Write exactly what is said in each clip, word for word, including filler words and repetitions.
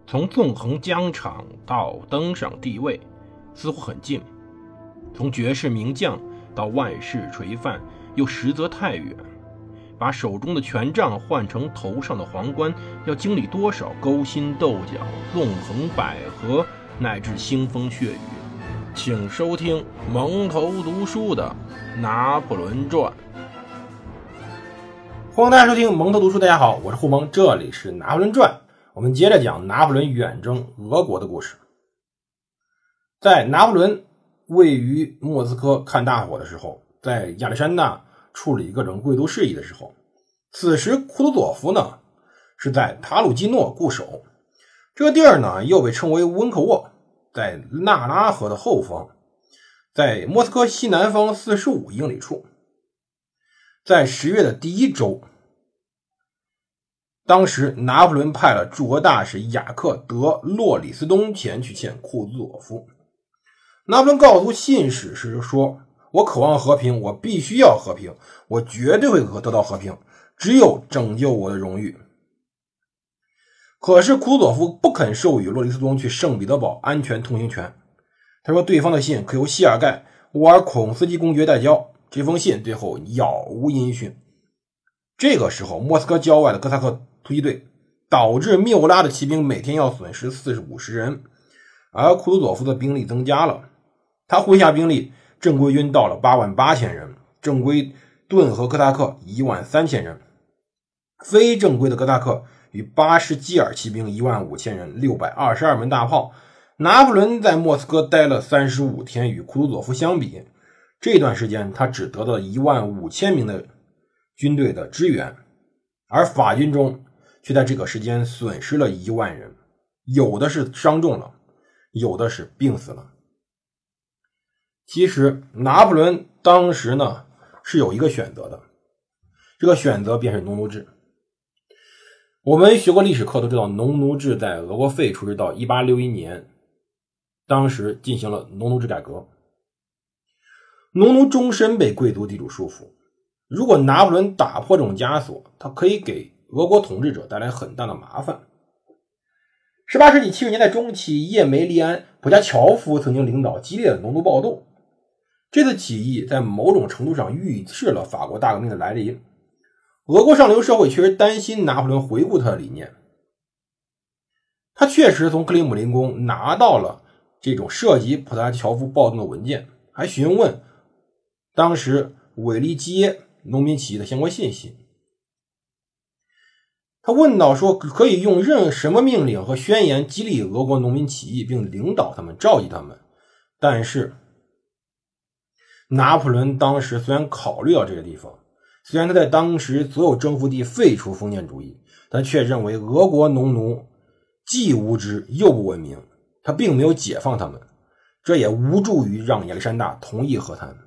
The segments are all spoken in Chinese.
从纵横疆场到登上帝位似乎很近，从绝世名将到万世垂范又实则太远。把手中的权杖换成头上的皇冠，要经历多少勾心斗角、纵横捭阖，乃至腥风血雨。请收听蒙头读书的《拿破仑传》。 欢迎大家收听蒙头读书，大家好，我是胡蒙，这里是《拿破仑传》，我们接着讲拿破仑远征俄国的故事。在拿破仑位于莫斯科看大火的时候，在亚历山大处理各种贵族事宜的时候，此时库图佐夫呢是在塔鲁基诺固守，这个地儿呢又被称为温克沃，在纳拉河的后方，在莫斯科西南方四十五英里处。在十月的第一周，当时拿破仑派了驻俄大使雅克·德·洛里斯东前去见库图佐夫。拿破仑告诉信使是说，我渴望和平，我必须要和平，我绝对会得到和平，只有拯救我的荣誉。可是库图佐夫不肯授予洛里斯东去圣彼得堡安全通行权，他说对方的信可由谢尔盖·沃尔孔斯基公爵代交，这封信最后杳无音讯。这个时候莫斯科郊外的哥萨克突击队导致缪拉的骑兵每天要损失四十五十人，而库图佐夫的兵力增加了，他麾下兵力正规军到了八万八千人，正规顿河哥萨克一万三千人，非正规的哥萨克与巴什基尔骑兵一万五千人，六百二十二门大炮。拿破仑在莫斯科待了三十五天，与库图佐夫相比，这段时间他只得到了一万五千名的军队的支援，而法军中却在这个时间损失了一万人，有的是伤重了，有的是病死了。其实拿破仑当时呢是有一个选择的，这个选择便是农奴制。我们学过历史课都知道，农奴制在俄国废除直到一八六一年，当时进行了农奴制改革。农奴终身被贵族地主束缚，如果拿破仑打破这种枷锁，他可以给俄国统治者带来很大的麻烦。十八世纪七十年代中期，叶梅利安·普加乔夫曾经领导激烈的农奴暴动，这次起义在某种程度上预示了法国大革命的来临。俄国上流社会确实担心拿破仑回顾他的理念，他确实从克里姆林宫拿到了这种涉及普加乔夫暴动的文件，还询问当时韦利基耶农民起义的相关信息。他问到说，可以用任什么命令和宣言激励俄国农民起义，并领导他们，召集他们。但是拿破仑当时虽然考虑到这个地方，虽然他在当时所有征服地废除封建主义，但却认为俄国农奴既无知又不文明，他并没有解放他们，这也无助于让亚历山大同意和谈。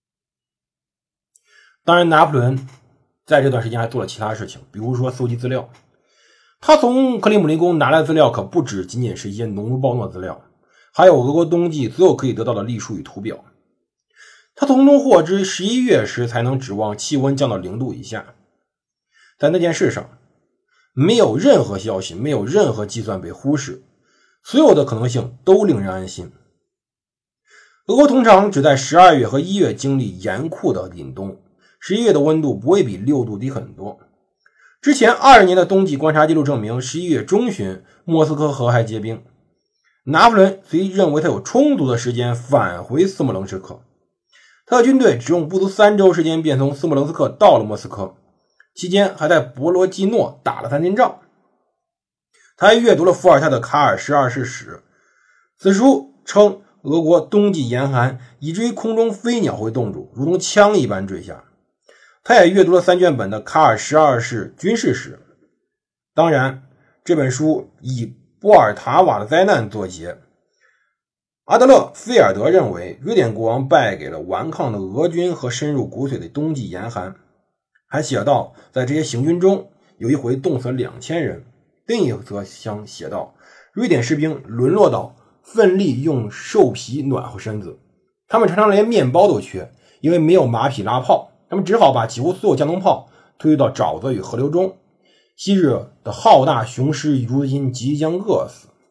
当然拿破仑在这段时间还做了其他事情，比如说搜集资料。他从克里姆林宫拿来的资料可不只仅仅是一些农奴暴动的资料，还有俄国冬季所有可以得到的历数与图表。他从中获知十一月时才能指望气温降到零度以下。在那件事上，没有任何消息，没有任何计算被忽视，所有的可能性都令人安心。俄国通常只在十二月和一月经历严酷的凛冬，十一月的温度不会比六度低很多。之前二十年的冬季观察记录证明，十一月中旬莫斯科河还结冰。拿破仑虽认为他有充足的时间返回斯摩棱斯克，他的军队只用不足三周时间便从斯摩棱斯克到了莫斯科，期间还在博罗季诺打了三天仗。他还阅读了伏尔泰的《卡尔十二世史》，此书称俄国冬季严寒，以至于空中飞鸟会冻住，如同枪一般坠下。他也阅读了三卷本的《卡尔十二世军事史》。当然，这本书以波尔塔瓦的灾难作结。阿德勒·菲尔德认为，瑞典国王败给了顽抗的俄军和深入骨髓的冬季严寒，还写道，在这些行军中，有一回冻死了两千人。另一则乡写道，瑞典士兵沦落到奋力用兽皮暖和身子，他们常常连面包都缺，因为没有马匹拉炮，他们只好把几乎所有加农炮推到沼泽与河流中。昔日的浩大雄狮如今即将饿死。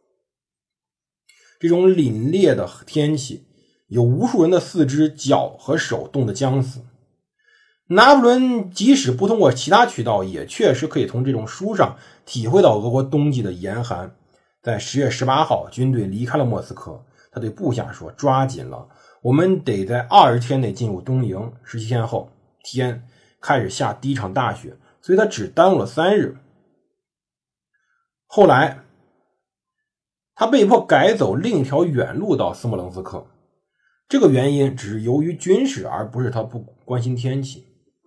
这种凛冽的天气，有无数人的四肢、脚和手冻得僵死。拿破仑即使不通过其他渠道，也确实可以从这种书上体会到俄国冬季的严寒。在十月十八号，军队离开了莫斯科，他对部下说：“抓紧了，我们得在二十天内进入东营。”十七天后，天开始下第一场大雪，所以他只耽误了三日。后来，他被迫改走另一条远路到斯莫棱斯克，这个原因只是由于军事，而不是他不关心天气。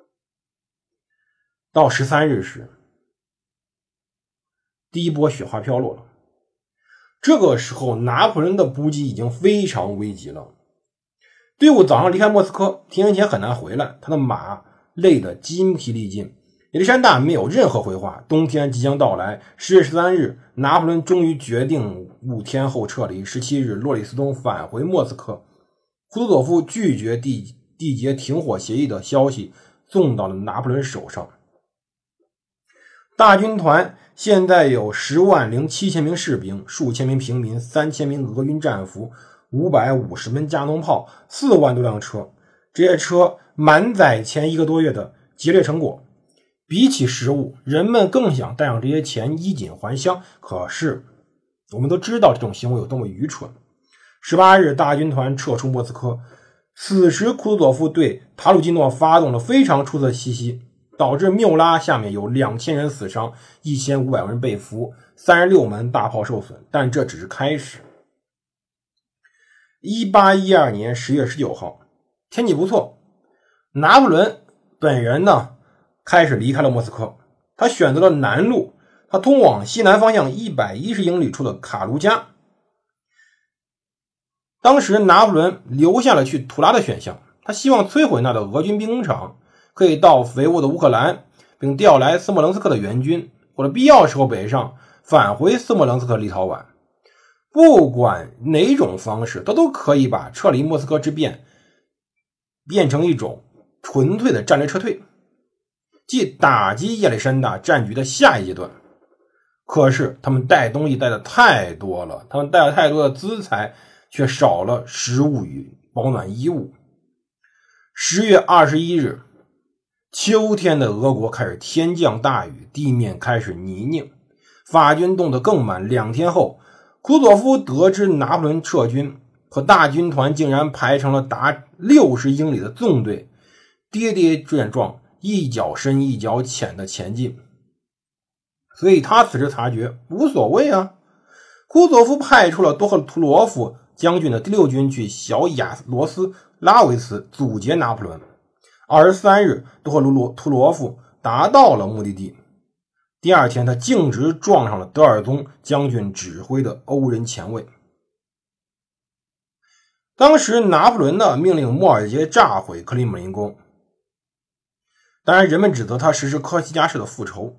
到十三日时，第一波雪花飘落了。这个时候，拿破仑的补给已经非常危急了。队伍早上离开莫斯科，天黑前很难回来，他的马累得筋疲力尽。亚历山大没有任何回话，冬天即将到来。十月十三日，拿破仑终于决定五天后撤离。十七日，洛里斯东返回莫斯科，库图佐夫拒绝缔缔结停火协议的消息送到了拿破仑手上。大军团现在有十万零七千名士兵，数千名平民，三千名俄军战俘，五百五十门加农炮，四万多辆车。这些车满载前一个多月的劫掠成果。比起食物，人们更想带上这些钱衣锦还乡。可是我们都知道这种行为有多么愚蠢。十八日，大军团撤出莫斯科，此时库图佐夫对塔鲁基诺发动了非常出色的袭击，导致缪拉下面有两千人死伤，一千五百人被俘，三十六门大炮受损。但这只是开始。一八一二年十月十九号，天气不错，拿破仑本人呢开始离开了莫斯科，他选择了南路，他通往西南方向一百一十英里处的卡卢加。当时拿破仑留下了去图拉的选项，他希望摧毁那的俄军兵工厂，可以到肥沃的乌克兰，并调来斯莫棱斯克的援军，或者必要时候北上返回斯莫棱斯克立陶宛。不管哪种方式，他都可以把撤离莫斯科之变变成一种纯粹的战略撤退，即打击亚历山大战局的下一阶段。可是他们带东西带的太多了，他们带了太多的资财，却少了食物与保暖衣物。十月二十一日，秋天的俄国开始天降大雨，地面开始泥泞，法军动得更慢。两天后，库佐夫得知拿破仑撤军，可大军团竟然排成了达六十英里的纵队，跌跌撞撞，一脚深一脚浅的前进。所以他此时察觉无所谓啊。库佐夫派出了多赫图罗夫将军的第六军去小亚罗斯拉维茨阻截拿破仑。二十三日，多赫卢图罗夫达到了目的地。第二天，他径直撞上了德尔宗将军指挥的欧人前卫。当时拿破仑呢命令莫尔杰炸毁克里姆林宫，当然人们指责他实施科西嘉式的复仇。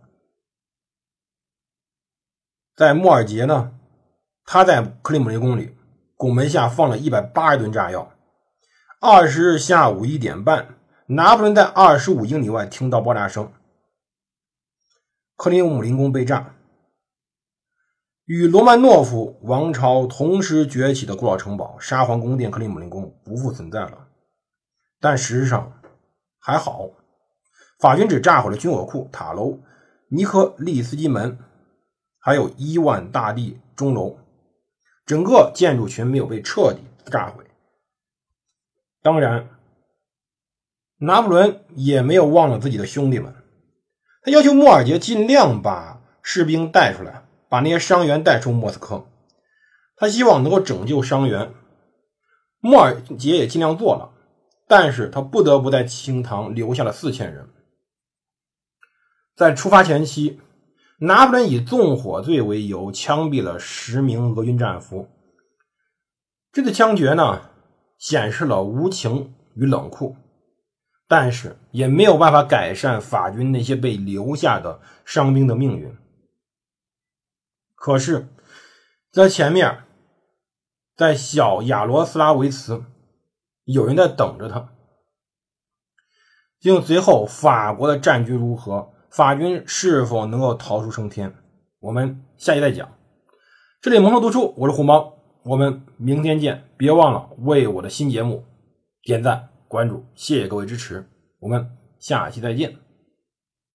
在莫尔杰呢，他在克里姆林宫里拱门下放了一百八十吨炸药。二十日下午一点半，拿破仑在二十五英里外听到爆炸声，克里姆林宫被炸。与罗曼诺夫王朝同时崛起的古老城堡沙皇宫殿克里姆林宫不复存在了。但事实上还好，法军只炸毁了军火库、塔楼、尼科利斯基门，还有伊万大帝钟楼，整个建筑群没有被彻底炸毁。当然，拿破仑也没有忘了自己的兄弟们，他要求莫尔杰尽量把士兵带出来，把那些伤员带出莫斯科，他希望能够拯救伤员。莫尔杰也尽量做了，但是他不得不在清塘留下了四千人。在出发前期，拿破仑以纵火罪为由枪毙了十名俄军战俘。这次枪决呢，显示了无情与冷酷，但是也没有办法改善法军那些被留下的伤兵的命运。可是在前面，在小亚罗斯拉维茨，有人在等着他。并随后法国的战局如何，法军是否能够逃出升天，我们下集再讲。这里蒙头读书，我是胡毛， 我们明天见，别忘了为我的新节目点赞关注，谢谢各位支持，我们下期再见。